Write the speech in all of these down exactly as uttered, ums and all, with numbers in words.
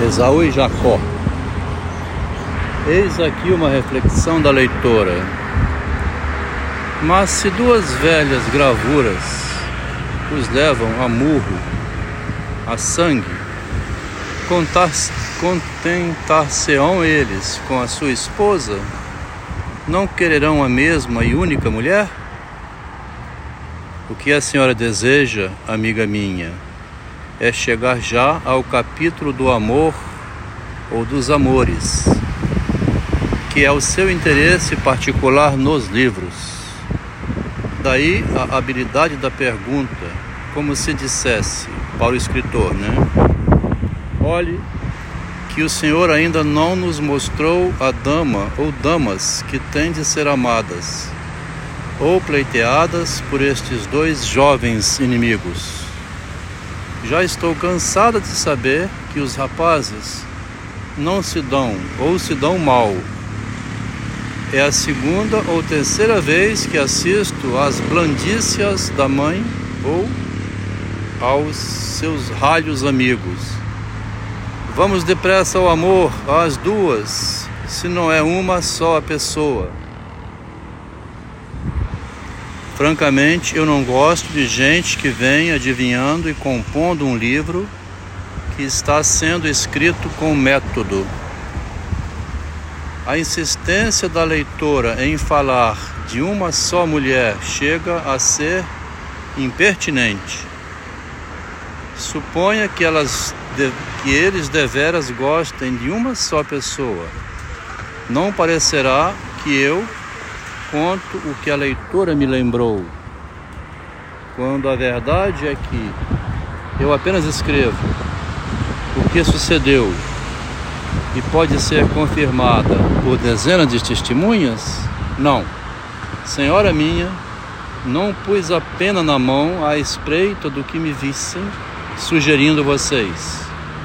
Esaú e Jacó. Eis aqui uma reflexão da leitora. Mas se duas velhas gravuras os levam a murro, a sangue, contentar-se-ão eles com a sua esposa? Não quererão a mesma e única mulher? O que a senhora deseja, amiga minha, é chegar já ao capítulo do amor ou dos amores, que é o seu interesse particular nos livros. Daí a habilidade da pergunta, como se dissesse para o escritor, né? Olhe que o Senhor ainda não nos mostrou a dama ou damas que têm de ser amadas ou pleiteadas por estes dois jovens inimigos. Já estou cansada de saber que os rapazes não se dão ou se dão mal. É a segunda ou terceira vez que assisto às blandícias da mãe ou aos seus ralhos amigos. Vamos depressa ao amor, às duas, se não é uma só a pessoa. Francamente, eu não gosto de gente que vem adivinhando e compondo um livro que está sendo escrito com método. A insistência da leitora em falar de uma só mulher chega a ser impertinente. Suponha que, elas, que eles deveras gostem de uma só pessoa. Não parecerá que eu conto o que a leitora me lembrou, quando a verdade é que eu apenas escrevo o que sucedeu e pode ser confirmada por dezenas de testemunhas? Não, senhora minha, não pus a pena na mão à espreita do que me vissem sugerindo vocês.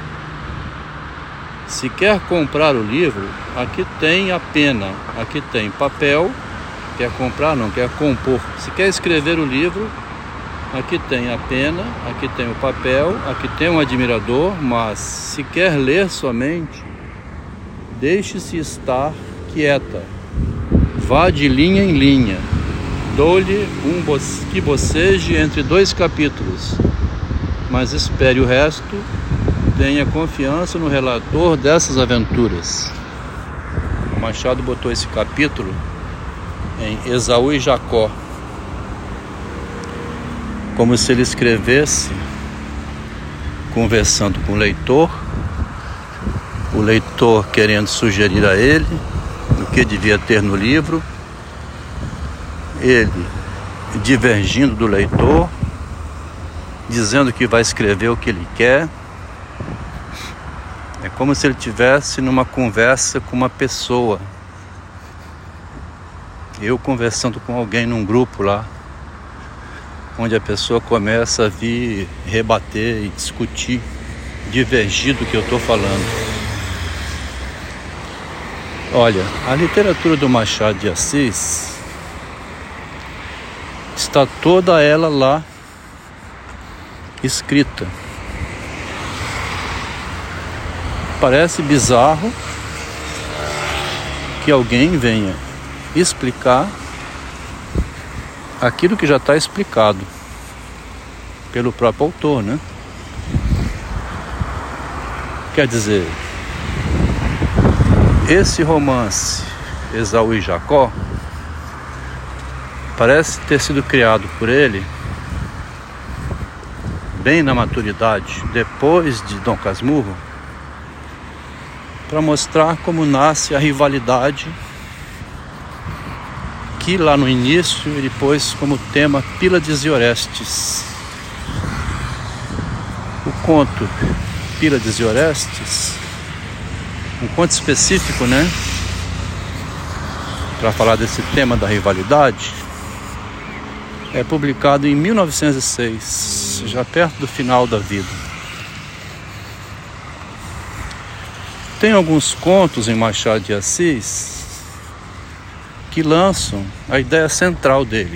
Se quer comprar o livro, aqui tem a pena, aqui tem papel. Quer comprar, não quer compor. Se quer escrever o livro, aqui tem a pena, aqui tem o papel, aqui tem um admirador, mas se quer ler somente, deixe-se estar quieta. Vá de linha em linha. Dou-lhe um bo- que boceje entre dois capítulos, mas espere o resto. Tenha confiança no relator dessas aventuras. O Machado botou esse capítulo em Esaú e Jacó, como se ele escrevesse conversando com o leitor, o leitor querendo sugerir a ele o que devia ter no livro, ele divergindo do leitor, dizendo que vai escrever o que ele quer. É como se ele estivesse numa conversa com uma pessoa. Eu conversando com alguém num grupo lá, onde a pessoa começa a vir rebater e discutir, divergir do que eu estou falando. Olha, a literatura do Machado de Assis está toda ela lá escrita. Parece bizarro que alguém venha explicar aquilo que já está explicado pelo próprio autor, né? Quer dizer, esse romance Esaú e Jacó parece ter sido criado por ele bem na maturidade, depois de Dom Casmurro, para mostrar como nasce a rivalidade que lá no início ele pôs como tema Pílades e Orestes. O conto Pílades e Orestes, um conto específico, né, para falar desse tema da rivalidade, é publicado em mil novecentos e seis, já perto do final da vida. Tem alguns contos em Machado de Assis que lançam a ideia central dele.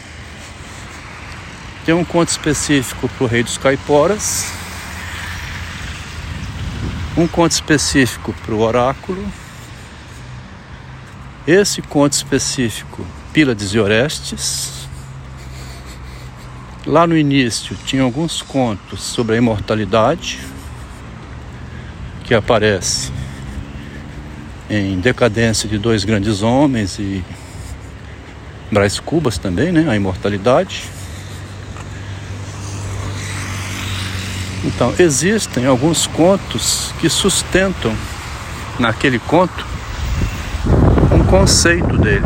Tem um conto específico para o Rei dos Caiporas, um conto específico para o oráculo. Esse conto específico, Pílades e Orestes. Lá no início tinha alguns contos sobre a imortalidade, que aparece em Decadência de Dois Grandes Homens e Brás Cubas também, né? A imortalidade. Então, existem alguns contos que sustentam naquele conto um conceito dele.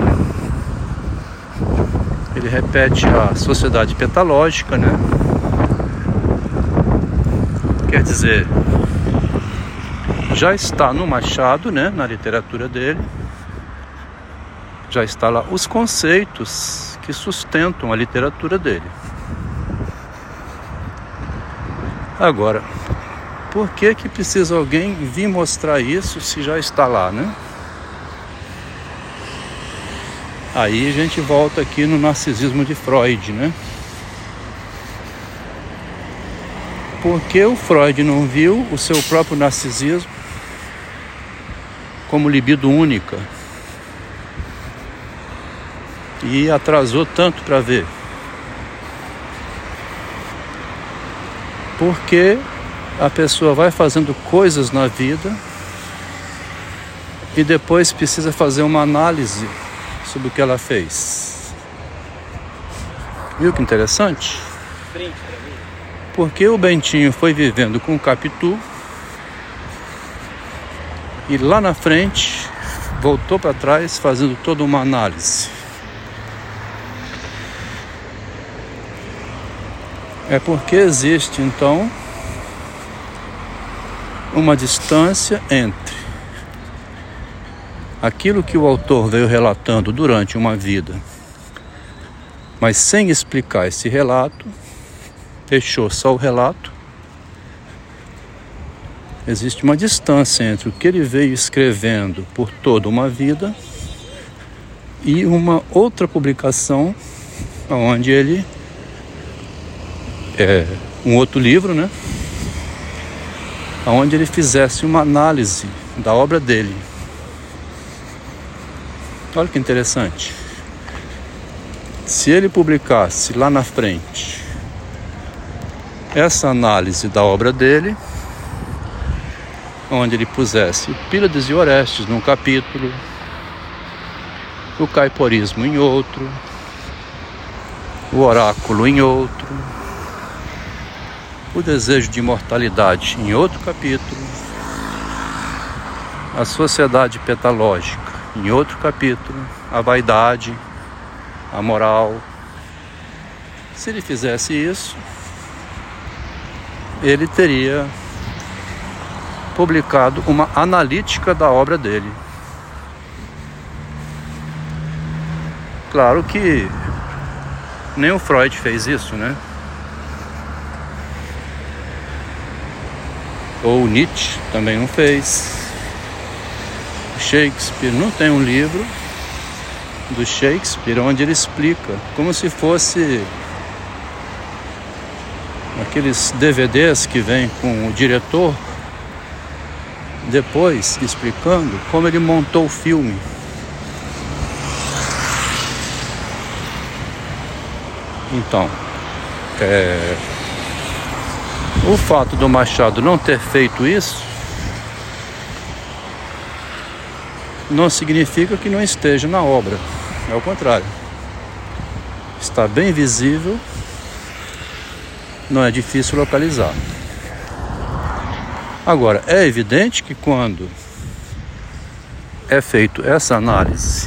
Ele repete a sociedade petalógica, né? Quer dizer, já está no Machado, né? Na literatura dele, já está lá os conceitos que sustentam a literatura dele. Agora, por que que precisa alguém vir mostrar isso se já está lá, né? Aí a gente volta aqui no narcisismo de Freud, né? Por que o Freud não viu o seu próprio narcisismo como libido única e atrasou tanto para ver? Porque a pessoa vai fazendo coisas na vida e depois precisa fazer uma análise sobre o que ela fez. Viu que interessante? Porque o Bentinho foi vivendo com o Capitu e lá na frente voltou para trás fazendo toda uma análise. É porque existe então uma distância entre aquilo que o autor veio relatando durante uma vida, mas sem explicar esse relato, deixou só o relato. Existe uma distância entre o que ele veio escrevendo por toda uma vida e uma outra publicação onde ele é um outro livro, né? Onde ele fizesse uma análise da obra dele. Olha que interessante. Se ele publicasse lá na frente essa análise da obra dele, onde ele pusesse o Pílades e Orestes num capítulo, o caiporismo em outro, o oráculo em outro, o desejo de imortalidade em outro capítulo, a sociedade petalógica em outro capítulo, a vaidade, a moral. Se ele fizesse isso, ele teria publicado uma analítica da obra dele. Claro que nem o Freud fez isso, né? Ou Nietzsche também não fez. Shakespeare não tem um livro do Shakespeare onde ele explica, como se fosse aqueles D V Ds que vem com o diretor depois explicando como ele montou o filme. Então, é, o fato do Machado não ter feito isso não significa que não esteja na obra. É o contrário. Está bem visível, não é difícil localizar. Agora, é evidente que quando é feito essa análise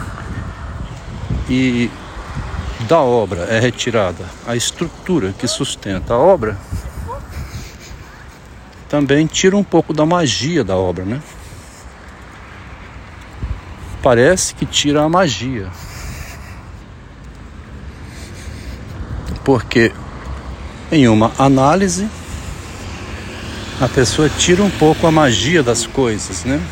e da obra é retirada a estrutura que sustenta a obra, também tira um pouco da magia da obra, né? Parece que tira a magia. Porque em uma análise a pessoa tira um pouco a magia das coisas, né?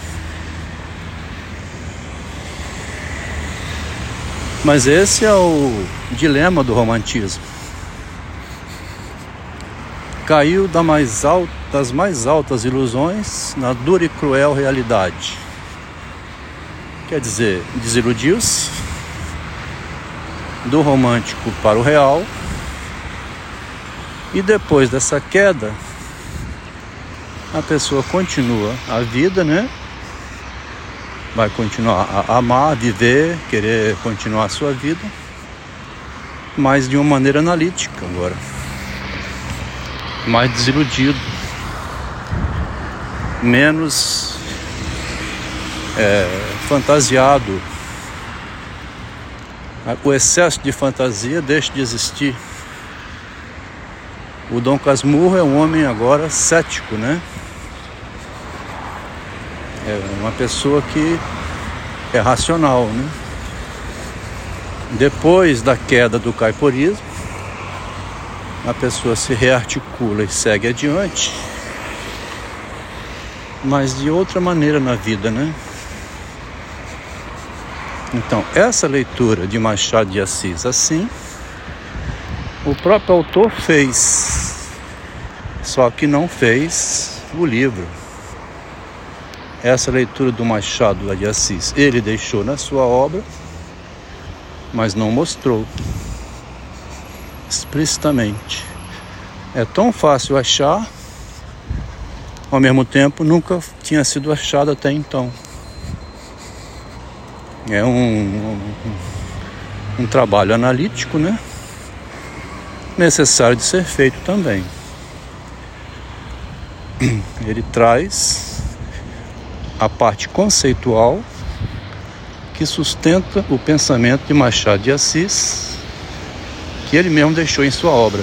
Mas esse é o dilema do romantismo. caiu da mais alta, das mais altas ilusões na dura e cruel realidade. Quer dizer, desiludiu-se do romântico para o real, e depois dessa queda a pessoa continua a vida, né? Vai continuar a amar, a viver, querer continuar a sua vida, mas de uma maneira analítica agora, mais desiludido, menos é, fantasiado. O excesso de fantasia deixa de existir. O Dom Casmurro é um homem agora cético, né? É uma pessoa que é racional, né? Depois da queda do caiporismo, a pessoa se rearticula e segue adiante, mas de outra maneira na vida, né? Então, essa leitura de Machado de Assis, assim, o próprio autor fez, só que não fez o livro. Essa leitura do Machado de Assis, ele deixou na sua obra, mas não mostrou explicitamente. É tão fácil achar, ao mesmo tempo nunca tinha sido achado até então. É um, um, um trabalho analítico, né? Necessário de ser feito também. Ele traz a parte conceitual que sustenta o pensamento de Machado de Assis, que ele mesmo deixou em sua obra.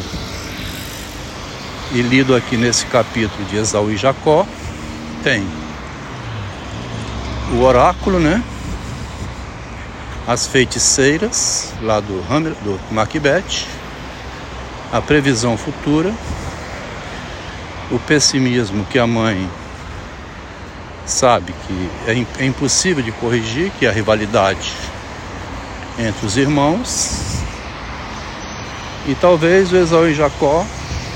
E lido aqui nesse capítulo de Esaú e Jacó, tem o oráculo, né? As feiticeiras, lá do, Hammer, do Macbeth, a previsão futura, o pessimismo que a mãe sabe que é, é impossível de corrigir, que é a rivalidade entre os irmãos, e talvez o Esaú e Jacó,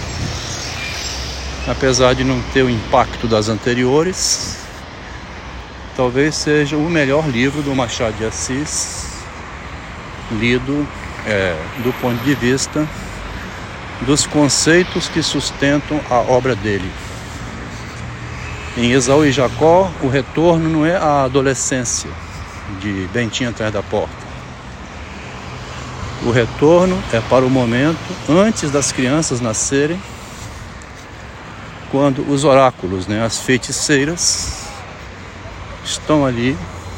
apesar de não ter o impacto das anteriores, talvez seja o melhor livro do Machado de Assis, lido é, do ponto de vista dos conceitos que sustentam a obra dele. Em Esaú e Jacó, o retorno não é a adolescência de Bentinho atrás da porta. O retorno é para o momento antes das crianças nascerem, quando os oráculos, né, as feiticeiras, estão ali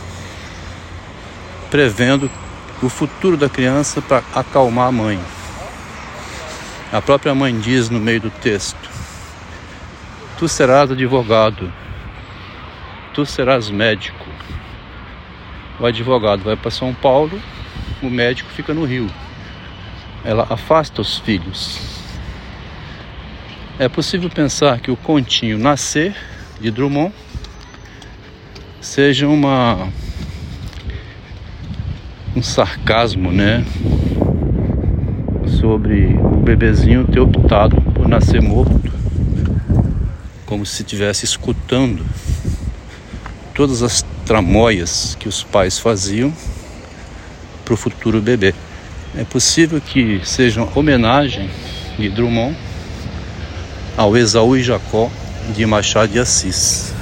prevendo o futuro da criança para acalmar a mãe. A própria mãe diz no meio do texto: tu serás advogado, tu serás médico. O advogado vai para São Paulo, o médico fica no Rio. Ela afasta os filhos. É possível pensar que o continho Nascer, de Drummond, seja uma um sarcasmo, né, sobre o bebezinho ter optado por nascer morto, como se estivesse escutando todas as tramóias que os pais faziam para o futuro bebê. É possível que seja uma homenagem de Drummond ao Esaú e Jacó de Machado de Assis.